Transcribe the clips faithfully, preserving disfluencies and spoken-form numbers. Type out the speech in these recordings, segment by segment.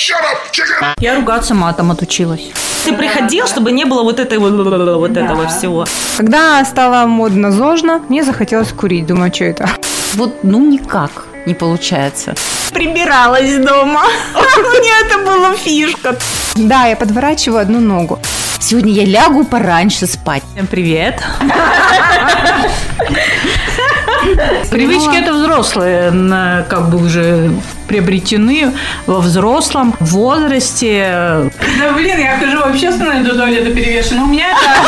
Я ругаться матом отучилась. Ты приходил, чтобы не было вот этой вот, вот да. этого всего. Когда стало модно зожно, мне захотелось курить. Думаю, что это? Вот, ну, никак не получается. Прибиралась дома. Мне это была фишка. Да, я подворачиваю одну ногу. Сегодня я лягу пораньше спать. Всем привет. Привычки это взрослые, как бы уже приобретены во взрослом возрасте. Да блин, я хожу в общественную до туалета перевешена. У меня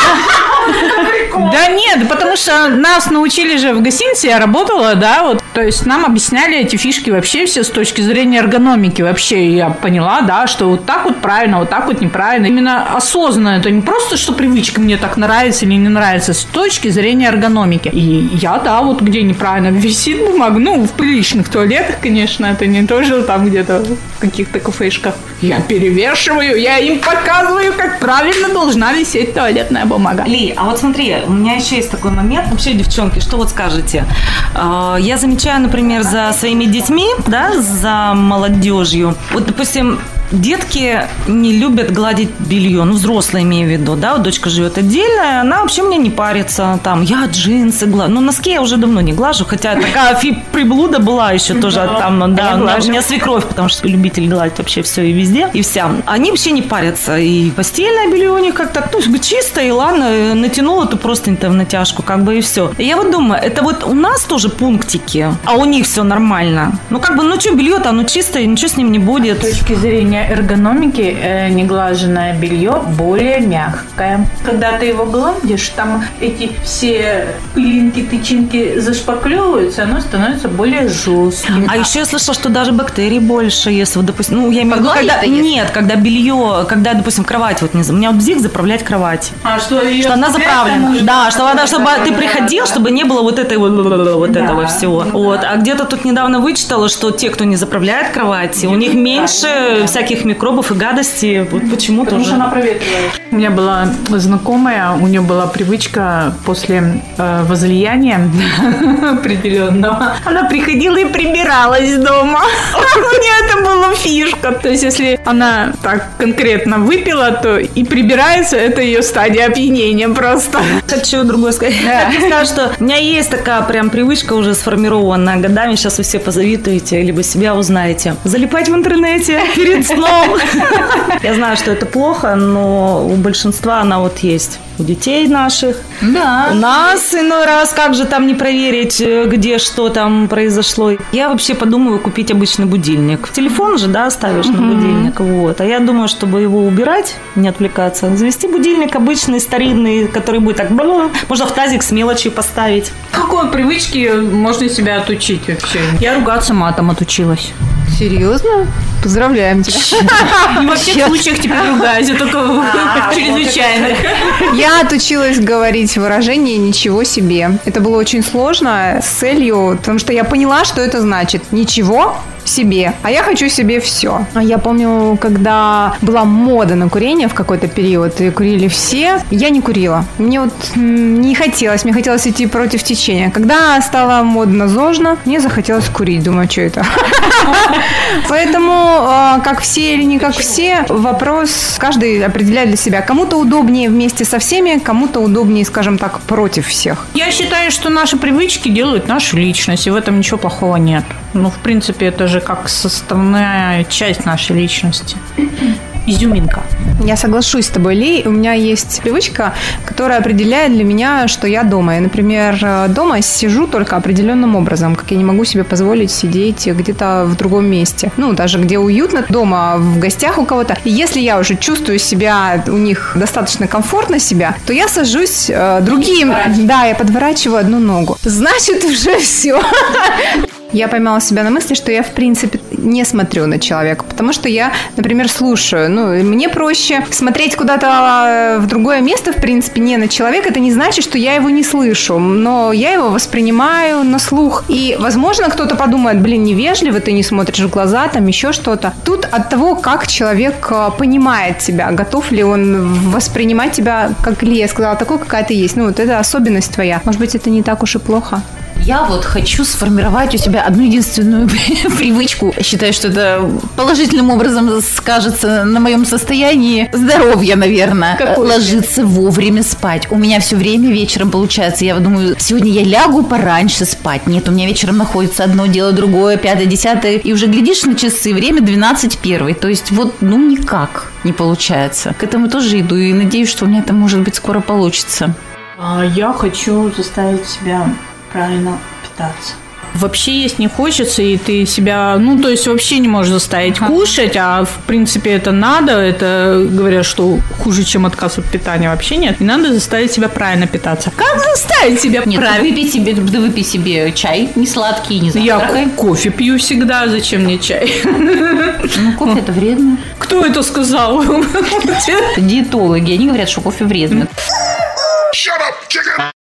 это... Да нет, потому что нас научили же в гостинице, я работала, да, вот, то есть нам объясняли эти фишки вообще все с точки зрения эргономики. Вообще я поняла, да, что вот так вот правильно, вот так вот неправильно. Именно осознанно, это не просто, что привычка мне так нравится или не нравится, с точки зрения эргономики. И я, да, вот где неправильно висит бумага, ну, в приличных туалетах, конечно, это не тоже там где-то в каких-то кафешках. Я перевешиваю, я им показываю, как правильно должна висеть туалетная бумага. Ли, а вот смотри, у меня еще есть такой момент. Вообще, девчонки, что вот скажете? Я замечаю, например, за своими детьми, да, за молодежью. Вот, допустим, детки не любят гладить белье, ну, взрослые имею в виду, да, вот дочка живет отдельно, она вообще мне не парится, там, я джинсы глажу, ну, носки я уже давно не глажу, хотя такая приблуда была еще тоже, там, да, у меня свекровь, потому что любитель гладить вообще все и везде, и вся. Они вообще не парятся, и постельное белье у них как-то, ну, чистое, и ладно, натянула эту простынь-то в натяжку, как бы, и все. И я вот думаю, это вот у нас тоже пунктики, а у них все нормально. Ну, как бы, ну, что, белье-то, оно чистое, ничего с ним не будет. С точки зрения эргономики, э, неглаженное белье более мягкое. Когда ты его гладишь, там эти все пылинки, тычинки зашпаклевываются, оно становится более жестким. А, а еще я слышала, что даже бактерий больше, если вот, допустим, ну, я имею в виду, когда, нет, когда белье, когда, допустим, кровать, вот, не знаю, у меня вот бзик заправлять кровать. А что, что она заправлена. Да, что она, чтобы ты приходил, чтобы не было вот этой вот, вот да, этого всего. Ну, вот. Да. А где-то тут недавно вычитала, что те, кто не заправляет кровати, у них меньше да, всяких микробов и гадостей. Вот почему Потому тоже. что она проветривает. У меня была знакомая, у нее была привычка после э, возлияния определенного. Она приходила и прибиралась дома. Мне это была фишка. То есть, если она так конкретно выпила, то и прибирается, это ее стадия опьянения просто. Хочу другое сказать. Да. Хочу сказать, что у меня есть такая прям привычка уже сформированная годами. Сейчас вы все позавидуете, либо себя узнаете. Залипать в интернете перед сном. Я знаю, что это плохо, но у большинства она вот есть. У детей наших. Да. У нас иной раз, как же там не проверить, где что там произошло. Я вообще подумаю купить обычный будильник. В телефон же, да, ставишь mm-hmm. на будильник. Вот. А я думаю, чтобы его убирать, не отвлекаться, завести будильник обычный, старинный, который будет так... Можно в тазик с мелочью поставить. Какой привычки можно себя отучить вообще? Я ругаться матом отучилась. Серьезно? Поздравляем тебя. И во всех случаях теперь ругаюсь, только в чрезвычайных. Я отучилась говорить выражение «ничего себе». Это было очень сложно с целью, потому что я поняла, что это значит «ничего себе», а я хочу себе все. Я помню, когда была мода на курение в какой-то период, и курили все, я не курила. Мне вот не хотелось, мне хотелось идти против течения. Когда стало модно зожно, мне захотелось курить. Думаю, что это? Поэтому, как все или не как все, вопрос каждый определяет для себя. Кому-то удобнее вместе со всеми, кому-то удобнее, скажем так, против всех. Я считаю, что наши привычки делают нашу личность, и в этом ничего плохого нет. Ну, в принципе, это же как составная часть нашей личности. Изюминка. Я соглашусь с тобой, Ли. У меня есть привычка, которая определяет для меня, что я дома. Я, например, дома сижу только определенным образом, как я не могу себе позволить сидеть где-то в другом месте. Ну, даже где уютно, дома, в гостях у кого-то. И если я уже чувствую себя, у них достаточно комфортно себя, то я сажусь э, другим. Да, я подворачиваю одну ногу. Значит, уже все. Я поймала себя на мысли, что я, в принципе, не смотрю на человека, потому что я, например, слушаю. Ну, мне проще смотреть куда-то в другое место, в принципе, не на человека. Это не значит, что я его не слышу, но я его воспринимаю на слух. И, возможно, кто-то подумает, блин, невежливо, ты не смотришь в глаза, там еще что-то. Тут от того, как человек понимает тебя, готов ли он воспринимать тебя, как Лия сказала, такой, какая ты есть. Ну, вот это особенность твоя. Может быть, это не так уж и плохо. Я вот хочу сформировать у себя одну единственную привычку. Считаю, что это положительным образом скажется на моем состоянии здоровья, наверное. Какой? Ложиться вовремя спать. У меня все время вечером получается. Я думаю, сегодня я лягу пораньше спать. Нет, у меня вечером находится одно дело, другое, пятое, десятое. И уже глядишь на часы, время двенадцать первый. То есть вот, ну, никак не получается. К этому тоже иду и надеюсь, что у меня это, может быть, скоро получится. А я хочу заставить себя правильно питаться. Вообще есть не хочется, и ты себя, ну, то есть вообще не можешь заставить ага. кушать, а в принципе это надо, это говорят, что хуже, чем отказ от питания, вообще нет. И надо заставить себя правильно питаться. Как заставить себя нет, правильно? Нет, выпей себе, да выпей себе чай, не сладкий, не завтракай. Я кофе пью всегда, зачем мне чай? Ну, кофе это вредно. Кто это сказал? Диетологи, они говорят, что кофе вредно.